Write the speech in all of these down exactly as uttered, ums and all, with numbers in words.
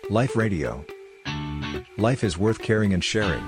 Life Radio. Life is worth caring and sharing.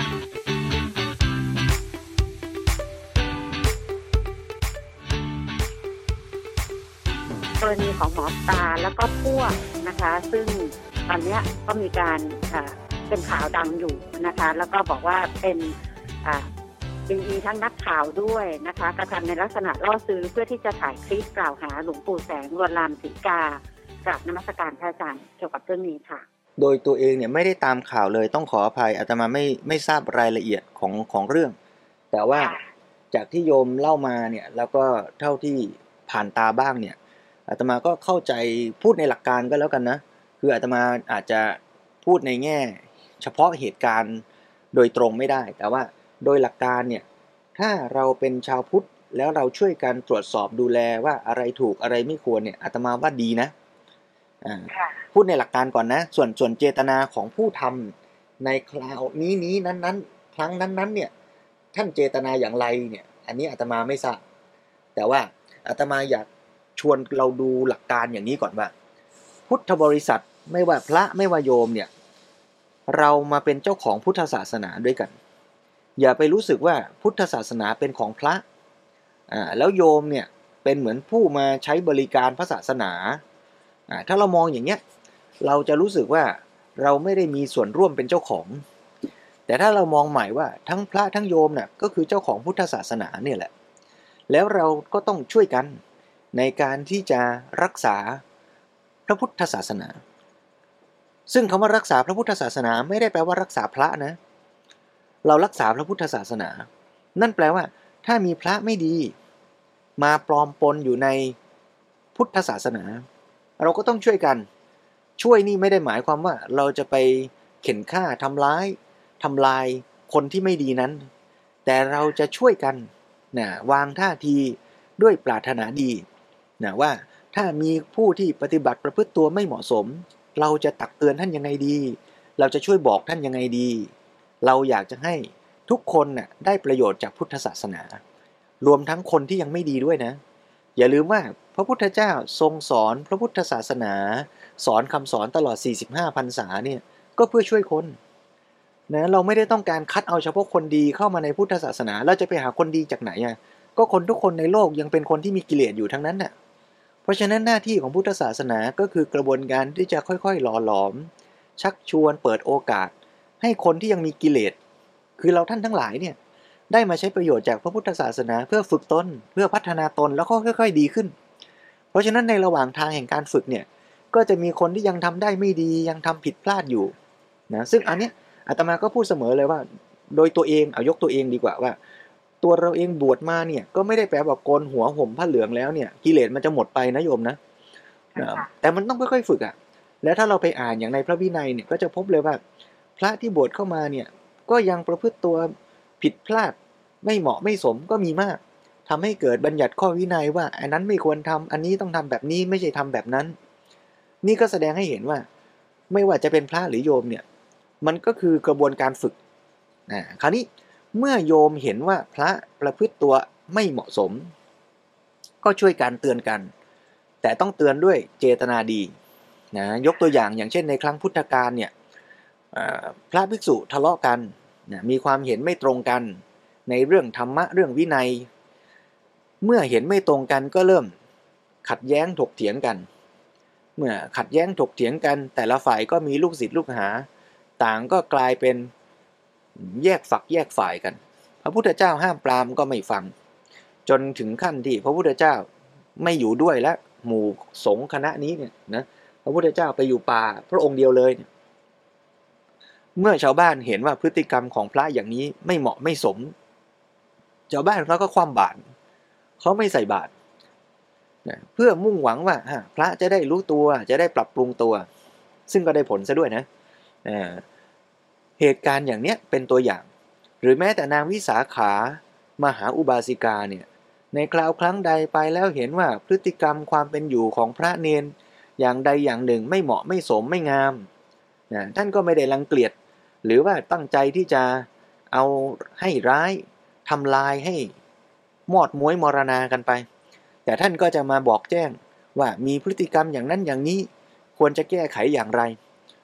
กรณีของหมอปลาแล้วก็พวกนะคะซึ่งตอนนี้ก็มีการเป็นข่าวดังอยู่นะคะแล้วก็บอกว่าเป็นมีทั้งนักข่าวด้วยนะคะกระทำในลักษณะล่อซื้อเพื่อที่จะถ่ายคลิปกล่าวหาหลวงปู่แสงลวนลามศีกากราบนมัสการพระอาจารย์เกี่ยวกับเรื่องนี้ค่ะโดยตัวเองเนี่ยไม่ได้ตามข่าวเลยต้องขออภัยอาตมาไม่ไม่ทราบรายละเอียดของของเรื่องแต่ว่าจากที่โยมเล่ามาเนี่ยแล้วก็เท่าที่ผ่านตาบ้างเนี่ยอาตมาก็เข้าใจพูดในหลักการก็แล้วกันนะคืออาตมาอาจจะพูดในแง่เฉพาะเหตุการณ์โดยตรงไม่ได้แต่ว่าโดยหลักการเนี่ยถ้าเราเป็นชาวพุทธแล้วเราช่วยกันตรวจสอบดูแลว่าอะไรถูกอะไรไม่ควรเนี่ยอาตมาว่าดีนะอ่าพูดในหลักการก่อนนะส่วนส่วนเจตนาของผู้ทำในคราวนี้นี้นั้นๆครั้งนั้นๆเนี่ยท่านเจตนาอย่างไรเนี่ยอันนี้อาตมาไม่ทราบแต่ว่าอาตมาอยากชวนเราดูหลักการอย่างนี้ก่อนว่าพุทธบริษัทไม่ว่าพระไม่ว่าโยมเนี่ยเรามาเป็นเจ้าของพุทธศาสนาด้วยกันอย่าไปรู้สึกว่าพุทธศาสนาเป็นของพระอ่าแล้วโยมเนี่ยเป็นเหมือนผู้มาใช้บริการพระศาสนาอ่าถ้าเรามองอย่างเงี้ยเราจะรู้สึกว่าเราไม่ได้มีส่วนร่วมเป็นเจ้าของแต่ถ้าเรามองใหม่ว่าทั้งพระทั้งโยมเนี่ยก็คือเจ้าของพุทธศาสนาเนี่ยแหละแล้วเราก็ต้องช่วยกันในการที่จะรักษาพระพุทธศาสนาซึ่งคำว่ารักษาพระพุทธศาสนาไม่ได้แปลว่ารักษาพระนะเรารักษาพระพุทธศาสนานั่นแปลว่าถ้ามีพระไม่ดีมาปลอมปนอยู่ในพุทธศาสนาเราก็ต้องช่วยกันช่วยนี่ไม่ได้หมายความว่าเราจะไปเข็นฆ่าทำร้ายทำลายคนที่ไม่ดีนั้นแต่เราจะช่วยกันนะวางท่าทีด้วยปรารถนาดีนะว่าถ้ามีผู้ที่ปฏิบัติประพฤติตัวไม่เหมาะสมเราจะตักเตือนท่านยังไงดีเราจะช่วยบอกท่านยังไงดีเราอยากจะให้ทุกคนน่ะได้ประโยชน์จากพุทธศาสนารวมทั้งคนที่ยังไม่ดีด้วยนะอย่าลืมว่าพระพุทธเจ้าทรงสอนพระพุทธศาสนาสอนคำสอนตลอดสี่สิบห้าพรรษาเนี่ยก็เพื่อช่วยคนนะเราไม่ได้ต้องการคัดเอาเฉพาะคนดีเข้ามาในพุทธศาสนาเราจะไปหาคนดีจากไหนอ่ะก็คนทุกคนในโลกยังเป็นคนที่มีกิเลสอยู่ทั้งนั้นน่ะเพราะฉะนั้นหน้าที่ของพุทธศาสนาก็คือกระบวนการที่จะค่อยๆหล่อหลอมชักชวนเปิดโอกาสให้คนที่ยังมีกิเลสคือเราท่านทั้งหลายเนี่ยได้มาใช้ประโยชน์จากพระพุทธศาสนาเพื่อฝึกตนเพื่อพัฒนาตนแล้วก็ค่อยๆดีขึ้นเพราะฉะนั้นในระหว่างทางแห่งการฝึกเนี่ยก็จะมีคนที่ยังทำได้ไม่ดียังทำผิดพลาดอยู่นะซึ่งอันเนี้ยอาตมาก็พูดเสมอเลยว่าโดยตัวเองเอายกตัวเองดีกว่าว่าตัวเราเองบวชมาเนี่ยก็ไม่ได้แปลว่าโกนหัวห่มผ้าเหลืองแล้วเนี่ยกิเลสมันจะหมดไปนะโยมนะแต่มันต้องค่อยๆฝึกอ่ะแล้วถ้าเราไปอ่านอย่างในพระวินัยเนี่ยก็จะพบเลยว่าพระที่บวชเข้ามาเนี่ยก็ยังประพฤติตัวผิดพลาดไม่เหมาะไม่สมก็มีมากทำให้เกิดบัญญัติข้อวินัยว่าอันนั้นไม่ควรทำอันนี้ต้องทำแบบนี้ไม่ใช่ทำแบบนั้นนี่ก็แสดงให้เห็นว่าไม่ว่าจะเป็นพระหรือโยมเนี่ยมันก็คือกระบวนการฝึกนะคราวนี้เมื่อโยมเห็นว่าพระประพฤติตัวไม่เหมาะสมก็ช่วยการเตือนกันแต่ต้องเตือนด้วยเจตนาดีนะยกตัวอย่างอย่างเช่นในครั้งพุทธกาลเนี่ยพระภิกษุทะเลาะกันนะมีความเห็นไม่ตรงกันในเรื่องธรรมะเรื่องวินัยเมื่อเห็นไม่ตรงกันก็เริ่มขัดแย้งถกเถียงกันเมื่อขัดแย้งถกเถียงกันแต่ละฝ่ายก็มีลูกศิษย์ลูกหาต่างก็กลายเป็นแยกฝักแยกฝ่ายกันพระพุทธเจ้าห้ามปรามก็ไม่ฟังจนถึงขั้นที่พระพุทธเจ้าไม่อยู่ด้วยและหมู่สงฆ์คณะนี้เนี่ยนะพระพุทธเจ้าไปอยู่ป่าพระองค์เดียวเลยเนี่ยเมื่อชาวบ้านเห็นว่าพฤติกรรมของพระอย่างนี้ไม่เหมาะไม่สมชาวบ้านเขาก็คว่ำบาตรเขาไม่ใส่บาตรเพื่อมุ่งหวังว่าพระจะได้รู้ตัวจะได้ปรับปรุงตัวซึ่งก็ได้ผลซะด้วยนะเหตุการณ์อย่างเนี้ยเป็นตัวอย่างหรือแม้แต่นางวิสาขามหาอุบาสิกาเนี่ยในคราวครั้งใดไปแล้วเห็นว่าพฤติกรรมความเป็นอยู่ของพระเนรอย่างใดอย่างหนึ่งไม่เหมาะไม่สมไม่งามนะท่านก็ไม่ได้รังเกียจหรือว่าตั้งใจที่จะเอาให้ร้ายทำลายให้มอดม้วยมรณากันไปแต่ท่านก็จะมาบอกแจ้งว่ามีพฤติกรรมอย่างนั้นอย่างนี้ควรจะแก้ไขอย่างไร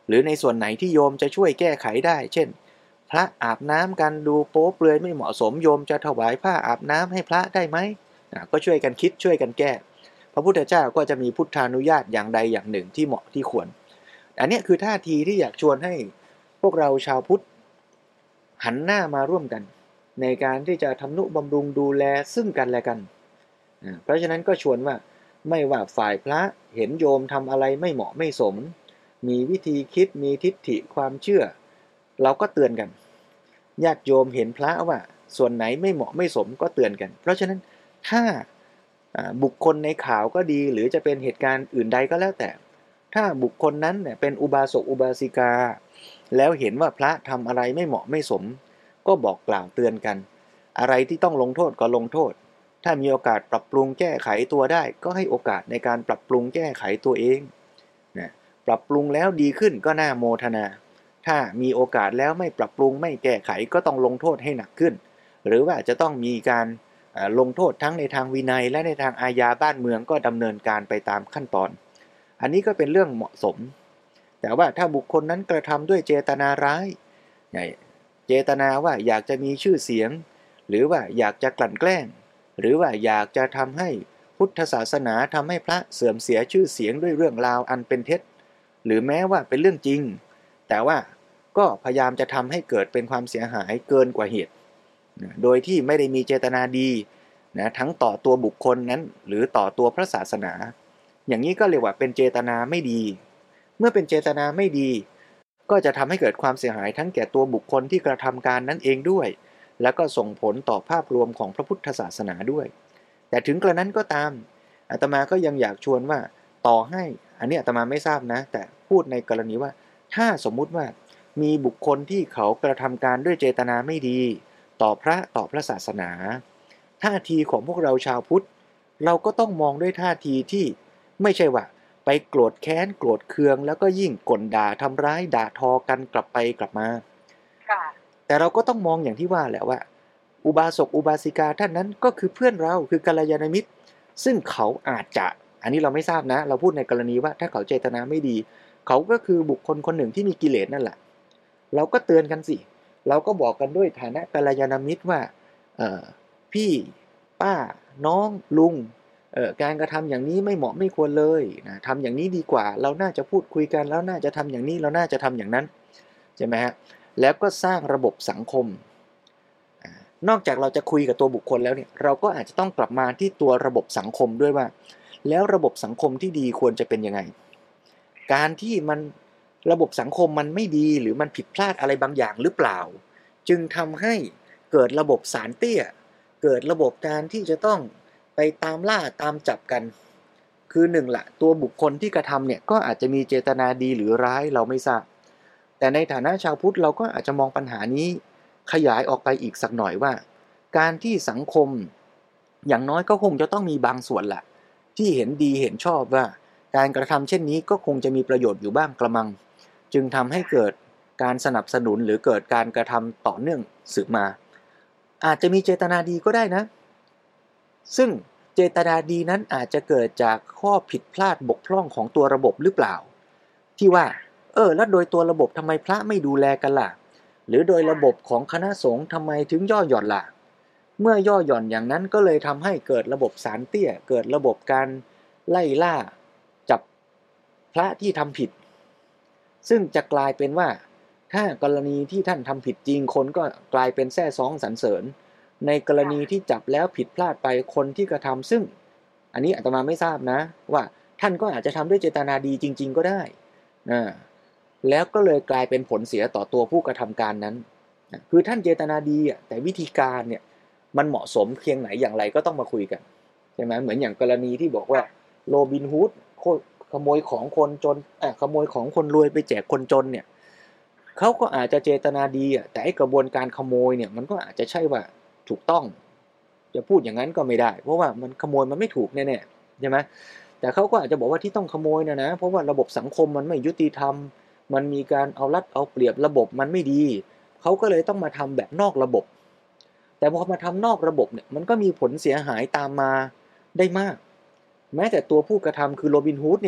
หรือในส่วนไหนที่โยมจะช่วยแก้ไขได้เช่นพระอาบน้ำกันดูโป๊เปลือยไม่เหมาะสมโยมจะถวายผ้าอาบน้ำให้พระได้ไหมก็ช่วยกันคิดช่วยกันแก้พระพุทธเจ้าก็จะมีพุทธานุญาตอย่างใดอย่างหนึ่งที่เหมาะที่ควรอันนี้คือท่าทีที่อยากชวนให้พวกเราชาวพุทธหันหน้ามาร่วมกันในการที่จะทำนุบำรุงดูแลซึ่งกันและกันเพราะฉะนั้นก็ชวนว่าไม่ว่าฝ่ายพระเห็นโยมทำอะไรไม่เหมาะไม่สมมีวิธีคิดมีทิฏฐิความเชื่อเราก็เตือนกันญาติโยมเห็นพระว่าส่วนไหนไม่เหมาะไม่สมก็เตือนกันเพราะฉะนั้นถ้าบุคคลในข่าวก็ดีหรือจะเป็นเหตุการณ์อื่นใดก็แล้วแต่ถ้าบุคคลนั้นเนี่ยเป็นอุบาสกอุบาสิกาแล้วเห็นว่าพระทำอะไรไม่เหมาะไม่สมก็บอกกล่าวเตือนกันอะไรที่ต้องลงโทษก็ลงโทษถ้ามีโอกาสปรับปรุงแก้ไขตัวได้ก็ให้โอกาสในการปรับปรุงแก้ไขตัวเองนะปรับปรุงแล้วดีขึ้นก็น่าโมทนาถ้ามีโอกาสแล้วไม่ปรับปรุงไม่แก้ไขก็ต้องลงโทษให้หนักขึ้นหรือว่าจะต้องมีการลงโทษทั้งในทางวินัยและในทางอาญาบ้านเมืองก็ดำเนินการไปตามขั้นตอนอันนี้ก็เป็นเรื่องเหมาะสมแต่ว่าถ้าบุคคลนั้นกระทำด้วยเจตนาร้ายเจตนาว่าอยากจะมีชื่อเสียงหรือว่าอยากจะกลั่นแกล้งหรือว่าอยากจะทำให้พุทธศาสนาทำให้พระเสื่อมเสียชื่อเสียงด้วยเรื่องราวอันเป็นเท็จหรือแม้ว่าเป็นเรื่องจริงแต่ว่าก็พยายามจะทำให้เกิดเป็นความเสียหายเกินกว่าเหตุโดยที่ไม่ได้มีเจตนาดีนะทั้งต่อตัวบุคคลนั้นหรือต่อตัวพระศาสนาอย่างนี้ก็เรียกว่าเป็นเจตนาไม่ดีเมื่อเป็นเจตนาไม่ดีก็จะทำให้เกิดความเสียหายทั้งแก่ตัวบุคคลที่กระทำการนั้นเองด้วยแล้วก็ส่งผลต่อภาพรวมของพระพุทธศาสนาด้วยแต่ถึงกระนั้นก็ตามอาตมาก็ยังอยากชวนว่าต่อให้อันนี้อาตมาไม่ทราบนะแต่พูดในกรณีว่าถ้าสมมุติว่ามีบุคคลที่เขากระทำการด้วยเจตนาไม่ดีต่อพระต่อพระศาสนาท่าทีของพวกเราชาวพุทธเราก็ต้องมองด้วยท่าทีที่ไม่ใช่ว่าไปโกรธแค้นโกรธเคืองแล้วก็ยิ่งก่นด่าทำร้ายด่าทอกันกลับไปกลับมาแต่เราก็ต้องมองอย่างที่ว่าแหละว่าอุบาสกอุบาสิกาท่านนั้นก็คือเพื่อนเราคือกัลยาณมิตรซึ่งเขาอาจจะอันนี้เราไม่ทราบนะเราพูดในกรณีว่าถ้าเขาเจตนาไม่ดีเขาก็คือบุคคลคนหนึ่งที่มีกิเลสนั่นแหละเราก็เตือนกันสิเราก็บอกกันด้วยฐานะกัลยาณมิตรว่าเอ่อพี่ป้าน้องลุงเอ่อการกระทำอย่างนี้ไม่เหมาะไม่ควรเลยนะทำอย่างนี้ดีกว่าเราน่าจะพูดคุยกันแล้วน่าจะทำอย่างนี้เราน่าจะทำอย่างนั้นใช่ไหมฮะแล้วก็สร้างระบบสังคมนอกจากเราจะคุยกับตัวบุคคลแล้วเนี่ยเราก็อาจจะต้องกลับมาที่ตัวระบบสังคมด้วยว่าแล้วระบบสังคมที่ดีควรจะเป็นยังไงการที่มันระบบสังคมมันไม่ดีหรือมันผิดพลาดอะไรบางอย่างหรือเปล่าจึงทำให้เกิดระบบสารเตี้ยเกิดระบบการที่จะต้องไปตามล่าตามจับกันคือหนึ่งละตัวบุคคลที่กระทำเนี่ยก็อาจจะมีเจตนาดีหรือร้ายเราไม่ทราบแต่ในฐานะชาวพุทธเราก็อาจจะมองปัญหานี้ขยายออกไปอีกสักหน่อยว่าการที่สังคมอย่างน้อยก็คงจะต้องมีบางส่วนแหละที่เห็นดีเห็นชอบว่าการกระทำเช่นนี้ก็คงจะมีประโยชน์อยู่บ้างกระมังจึงทำให้เกิดการสนับสนุนหรือเกิดการกระทำต่อเนื่องสืบมาอาจจะมีเจตนาดีก็ได้นะซึ่งเจตนาดีนั้นอาจจะเกิดจากข้อผิดพลาดบกพร่องของตัวระบบหรือเปล่าที่ว่าเออแล้วโดยตัวระบบทำไมพระไม่ดูแลกันล่ะหรือโดยระบบของคณะสงฆ์ทำไมถึงย่อหย่อนล่ะเมื่อย่อหย่อนอย่างนั้นก็เลยทำให้เกิดระบบสารเตี้ยเกิดระบบการไล่ล่าจับพระที่ทำผิดซึ่งจะกลายเป็นว่าถ้ากรณีที่ท่านทำผิดจริงคนก็กลายเป็นแซ่ซ้องสรรเสริญในกรณีที่จับแล้วผิดพลาดไปคนที่กระทำซึ่งอันนี้อาตมาไม่ทราบนะว่าท่านก็อาจจะทำด้วยเจตนาดีจริงๆก็ได้นะแล้วก็เลยกลายเป็นผลเสียต่อตัวผู้กระทำการนั้นคือท่านเจตนาดีอ่ะแต่วิธีการเนี่ยมันเหมาะสมเพียงไหนอย่างไรก็ต้องมาคุยกันใช่ไหมเหมือนอย่างกรณีที่บอกว่าโรบินฮูดขโมยของคนจนอ่ะขโมยของคนรวยไปแจกคนจนเนี่ยเขาก็อาจจะเจตนาดีอ่ะแต่ไอ้กระบวนการขโมยเนี่ยมันก็อาจจะใช่ว่าถูกต้องจะพูดอย่างนั้นก็ไม่ได้เพราะว่ามันขโมยมันไม่ถูกแน่ๆใช่ไหมแต่เขาก็อาจจะบอกว่าที่ต้องขโมยนะนะเพราะว่าระบบสังคมมันไม่ยุติธรรมมันมีการเอารัดเอาเปรียบระบบมันไม่ดีเขาก็เลยต้องมาทำแบบนอกระบบแต่พอมาทำนอกระบบเนี่ยมันก็มีผลเสียหายตามมาได้มากแม้แต่ตัวผู้กระทำคือโรบินฮูดเนี่ย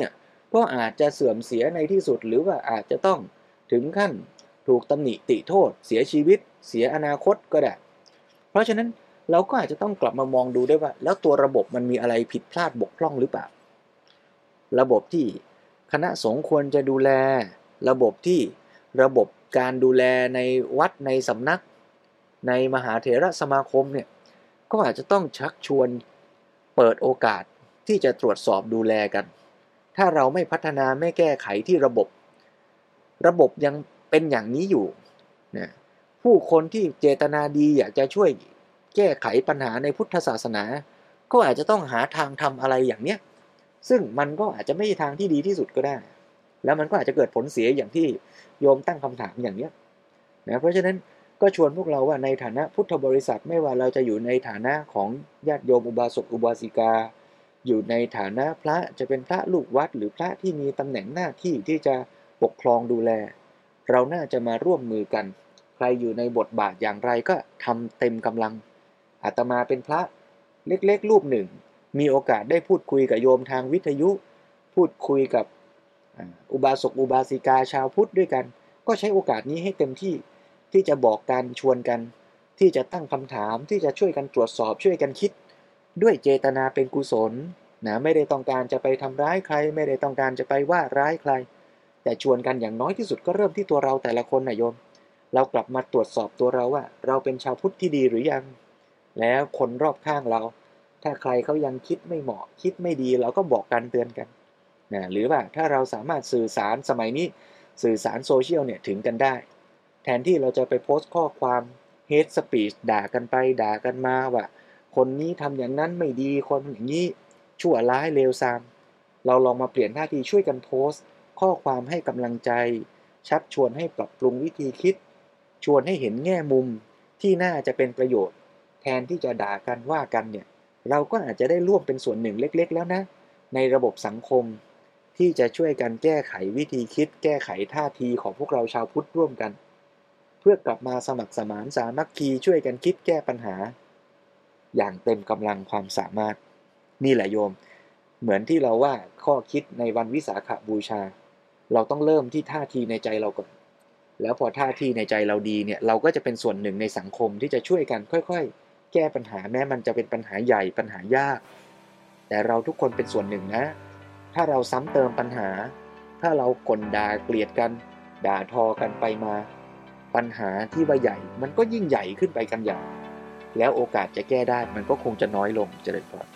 ก็อาจจะเสื่อมเสียในที่สุดหรือว่าอาจจะต้องถึงขั้นถูกตำหนิติโทษเสียชีวิตเสียอนาคตก็ได้เพราะฉะนั้นเราก็อาจจะต้องกลับมามองดูได้ว่าแล้วตัวระบบมันมีอะไรผิดพลาดบกพร่องหรือเปล่าระบบที่คณะสงฆ์ควรจะดูแลระบบที่ระบบการดูแลในวัดในสำนักในมหาเถรสมาคมเนี่ยก็อาจจะต้องชักชวนเปิดโอกาสที่จะตรวจสอบดูแลกันถ้าเราไม่พัฒนาไม่แก้ไขที่ระบบระบบยังเป็นอย่างนี้อยู่นะผู้คนที่เจตนาดีอยากจะช่วยแก้ไขปัญหาในพุทธศาสนาก็อาจจะต้องหาทางทำอะไรอย่างเนี้ยซึ่งมันก็อาจจะไม่ใช่ทางที่ดีที่สุดก็ได้แล้วมันก็อาจจะเกิดผลเสียอย่างที่โยมตั้งคำถามอย่างเนี้ยนะเพราะฉะนั้นก็ชวนพวกเราว่าในฐานะพุทธบริษัทไม่ว่าเราจะอยู่ในฐานะของญาติโยมอุบาสกอุบาสิกาอยู่ในฐานะพระจะเป็นพระลูกวัดหรือพระที่มีตำแหน่งหน้าที่ที่จะปกครองดูแลเราน่าจะมาร่วมมือกันใครอยู่ในบทบาทอย่างไรก็ทำเต็มกำลังอาตมาเป็นพระเล็กๆรูปหนึ่งมีโอกาสได้พูดคุยกับโยมทางวิทยุพูดคุยกับอุบาสกอุบาสิกาชาวพุทธด้วยกันก็ใช้โอกาสนี้ให้เต็มที่ที่จะบอกกันชวนกันที่จะตั้งคำถามที่จะช่วยกันตรวจสอบช่วยกันคิดด้วยเจตนาเป็นกุศลนะไม่ได้ต้องการจะไปทำร้ายใครไม่ได้ต้องการจะไปว่าร้ายใครแต่ชวนกันอย่างน้อยที่สุดก็เริ่มที่ตัวเราแต่ละคนนะโยมเรากลับมาตรวจสอบตัวเราว่าเราเป็นชาวพุทธที่ดีหรือยังแล้วคนรอบข้างเราถ้าใครเขายังคิดไม่เหมาะคิดไม่ดีเราก็บอกกันเตือนกันนะหรือว่าถ้าเราสามารถสื่อสารสมัยนี้สื่อสารโซเชียลเนี่ยถึงกันได้แทนที่เราจะไปโพสต์ข้อความเฮทสปีชด่ากันไปด่ากันมาว่าคนนี้ทำอย่างนั้นไม่ดีคนอย่างนี้ชั่วร้ายเลวทรามเราลองมาเปลี่ยนหน้าที่ช่วยกันโพสต์ข้อความให้กำลังใจชักชวนให้ปรับปรุงวิธีคิดชวนให้เห็นแง่มุมที่น่าจะเป็นประโยชน์แทนที่จะด่ากันว่ากันเนี่ยเราก็อาจจะได้ร่วมเป็นส่วนหนึ่งเล็กๆแล้วนะในระบบสังคมที่จะช่วยกันแก้ไขวิธีคิดแก้ไขท่าทีของพวกเราชาวพุทธร่วมกันเพื่อกลับมาสมัครสมานสามัคคีช่วยกันคิดแก้ปัญหาอย่างเต็มกำลังความสามารถนี่แหละโยมเหมือนที่เราว่าข้อคิดในวันวิสาขบูชาเราต้องเริ่มที่ท่าทีในใจเราก่อนแล้วพอท่าทีในใจเราดีเนี่ยเราก็จะเป็นส่วนหนึ่งในสังคมที่จะช่วยกันค่อยๆแก้ปัญหาแม้มันจะเป็นปัญหาใหญ่ปัญหายากแต่เราทุกคนเป็นส่วนหนึ่งนะถ้าเราซ้ำเติมปัญหาถ้าเรากลด่าเกลียดกันด่าทอกันไปมาปัญหาที่ว่าใหญ่มันก็ยิ่งใหญ่ขึ้นไปกันใหญ่แล้วโอกาสจะแก้ได้มันก็คงจะน้อยลงเจริญพร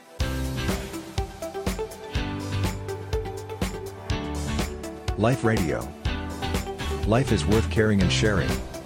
Life Radio. Life is worth caring and sharing.